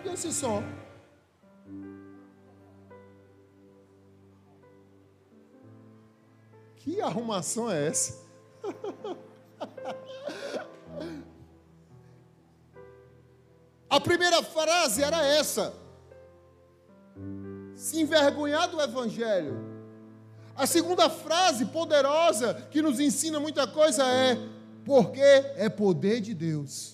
Cadê esse som? Que arrumação é essa? A primeira frase era essa: se envergonhar do Evangelho. A segunda frase poderosa, que nos ensina muita coisa, é: porque é poder de Deus.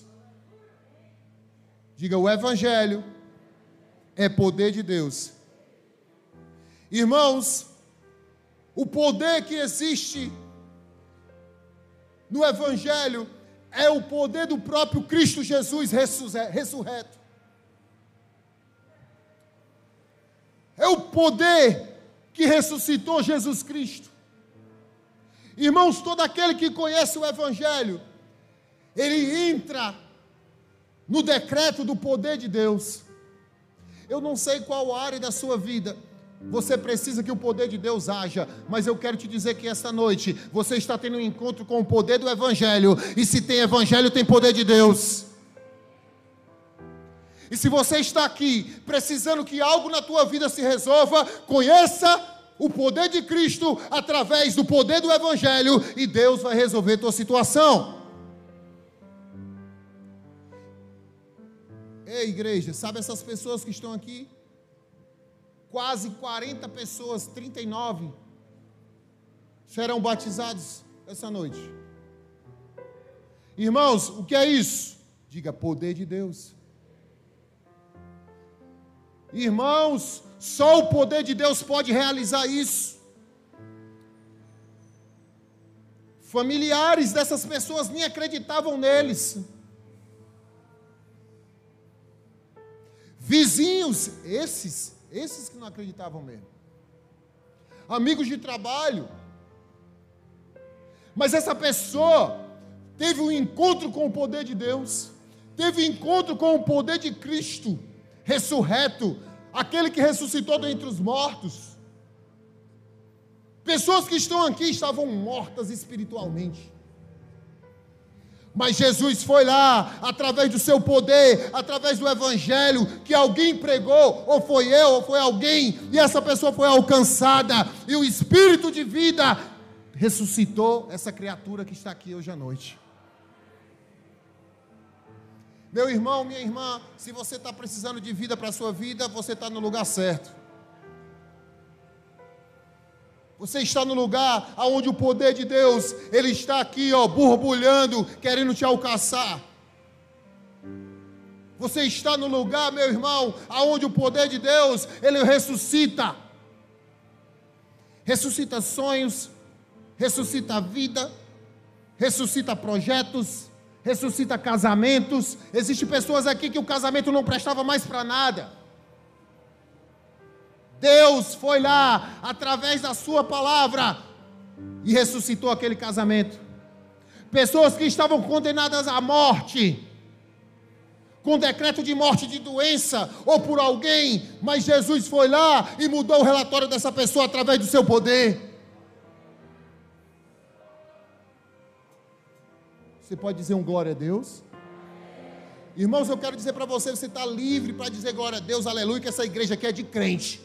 Diga, o Evangelho é poder de Deus. Irmãos, o poder que existe no Evangelho é o poder do próprio Cristo Jesus ressurreto. É o poder que ressuscitou Jesus Cristo. Irmãos, todo aquele que conhece o Evangelho, ele entra no decreto do poder de Deus. Eu não sei qual área da sua vida você precisa que o poder de Deus haja, mas eu quero te dizer que esta noite você está tendo um encontro com o poder do Evangelho, e se tem Evangelho, tem poder de Deus. E se você está aqui precisando que algo na tua vida se resolva, conheça o poder de Cristo através do poder do Evangelho, e Deus vai resolver a tua situação. Ei, igreja, sabe essas pessoas que estão aqui? Quase 40 pessoas, 39, serão batizados essa noite. Irmãos, o que é isso? Diga, poder de Deus. Irmãos, só o poder de Deus pode realizar isso. Familiares dessas pessoas nem acreditavam neles. Vizinhos, esses que não acreditavam mesmo. Amigos de trabalho. Mas essa pessoa teve um encontro com o poder de Deus, teve um encontro com o poder de Cristo ressurreto, aquele que ressuscitou dentre os mortos. Pessoas que estão aqui estavam mortas espiritualmente, mas Jesus foi lá, através do seu poder, através do Evangelho, que alguém pregou, ou foi eu, ou foi alguém, e essa pessoa foi alcançada, e o Espírito de vida ressuscitou essa criatura que está aqui hoje à noite. Meu irmão, minha irmã, se você está precisando de vida para a sua vida, você está no lugar certo. Você está no lugar onde o poder de Deus, ele está aqui, borbulhando, querendo te alcançar. Você está no lugar, meu irmão, onde o poder de Deus, ele ressuscita. Ressuscita sonhos, ressuscita vida, ressuscita projetos, ressuscita casamentos. Existem pessoas aqui que o casamento não prestava mais para nada. Deus foi lá, através da sua palavra, e ressuscitou aquele casamento. Pessoas que estavam condenadas à morte, com decreto de morte de doença, ou por alguém, mas Jesus foi lá e mudou o relatório dessa pessoa através do seu poder. Você pode dizer um glória a Deus? Irmãos, eu quero dizer para você, você está livre para dizer glória a Deus, aleluia, que essa igreja aqui é de crente.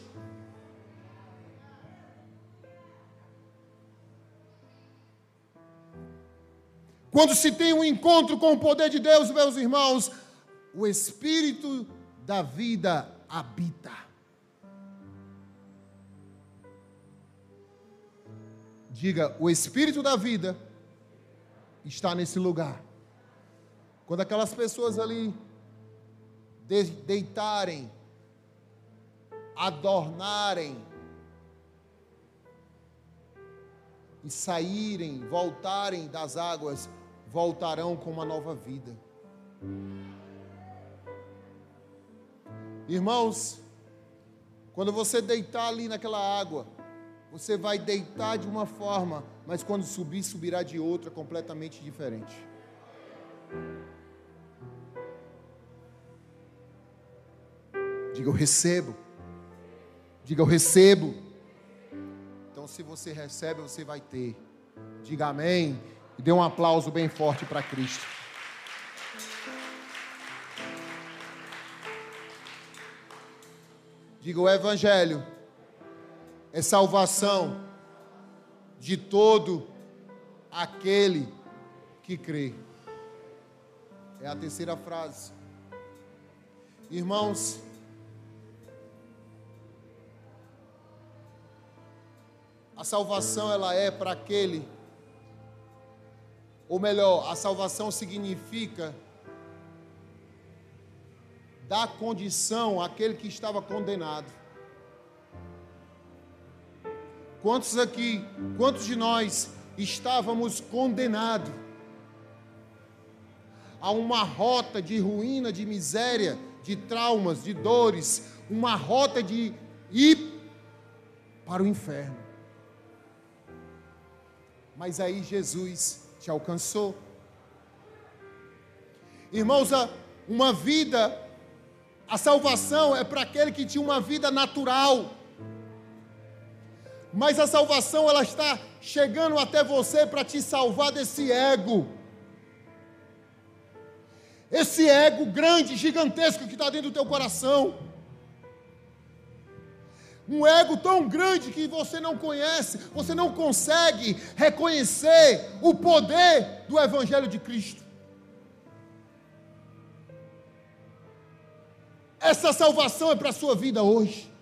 Quando se tem um encontro com o poder de Deus, meus irmãos, o Espírito da vida habita. Diga, o Espírito da vida está nesse lugar. Quando aquelas pessoas ali deitarem, adornarem e saírem, voltarem das águas, voltarão com uma nova vida. Irmãos, quando você deitar ali naquela água, você vai deitar de uma forma, mas quando subir, subirá de outra completamente diferente. Diga, eu recebo. Diga, eu recebo. Então, se você recebe, você vai ter. Diga amém. E dê um aplauso bem forte para Cristo. Diga: o Evangelho é salvação de todo aquele que crê. É a terceira frase. Irmãos, a salvação ela é para aquele, ou melhor, a salvação significa dar condição àquele que estava condenado. Quantos de nós estávamos condenados a uma rota de ruína, de miséria, de traumas, de dores, uma rota de ir para o inferno? Mas aí Jesus te alcançou. Irmãos, a salvação é para aquele que tinha uma vida natural. Mas a salvação, ela está chegando até você para te salvar desse ego. Esse ego grande, gigantesco que está dentro do teu coração. Um ego tão grande que você não conhece, você não consegue reconhecer o poder do Evangelho de Cristo. Essa salvação é para a sua vida hoje.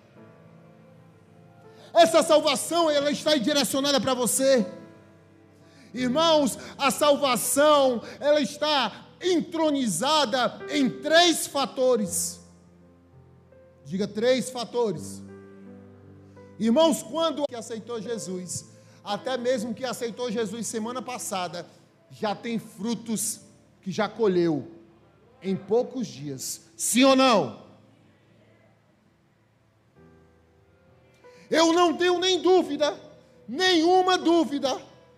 Essa salvação, ela está direcionada para você. Irmãos, a salvação, ela está entronizada em 3 fatores. Diga: 3 fatores. Irmãos, quando que aceitou Jesus, até mesmo que aceitou Jesus semana passada, já tem frutos que já colheu em poucos dias. Sim ou não? Eu não tenho nem dúvida, nenhuma dúvida.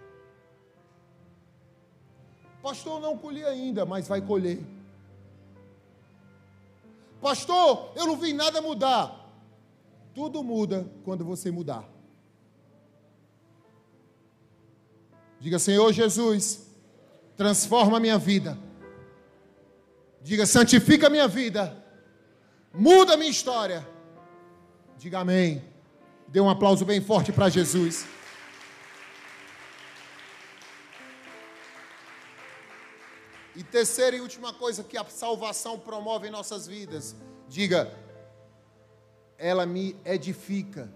Pastor, não colhi ainda, mas vai colher. Pastor, eu não vi nada mudar. Tudo muda quando você mudar. Diga: Senhor Jesus, transforma a minha vida. Diga: santifica a minha vida. Muda a minha história. Diga amém. Dê um aplauso bem forte para Jesus. E terceira e última coisa que a salvação promove em nossas vidas. Diga: ela me edifica.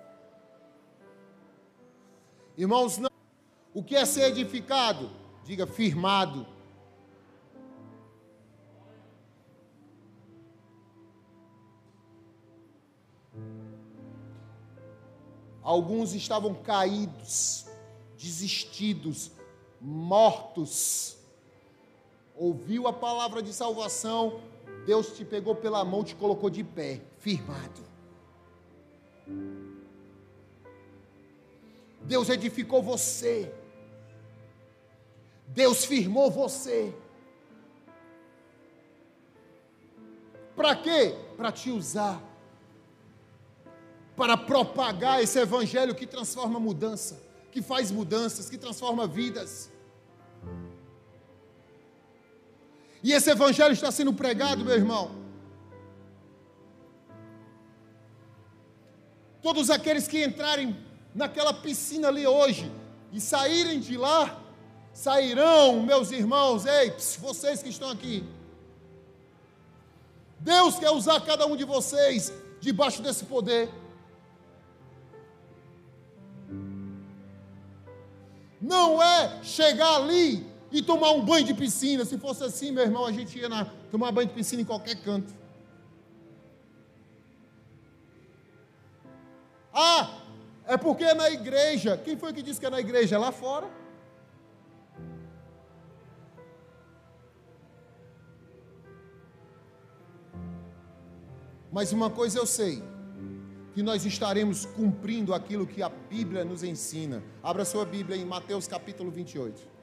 Irmãos, não. O que é ser edificado? Diga: firmado. Alguns estavam caídos, desistidos, mortos. Ouviu a palavra de salvação, Deus te pegou pela mão, te colocou de pé, firmado. Deus edificou você. Deus firmou você. Para quê? Para te usar. Para propagar esse evangelho que transforma mudança, que faz mudanças, que transforma vidas. E esse evangelho está sendo pregado, meu irmão. Todos aqueles que entrarem naquela piscina ali hoje e saírem de lá, sairão, meus irmãos, ei, vocês que estão aqui. Deus quer usar cada um de vocês debaixo desse poder. Não é chegar ali e tomar um banho de piscina. Se fosse assim, meu irmão, a gente ia tomar banho de piscina em qualquer canto. Ah, é porque é na igreja. Quem foi que disse que é na igreja? É lá fora. Mas uma coisa eu sei, que nós estaremos cumprindo aquilo que a Bíblia nos ensina. Abra sua Bíblia em Mateus capítulo 28.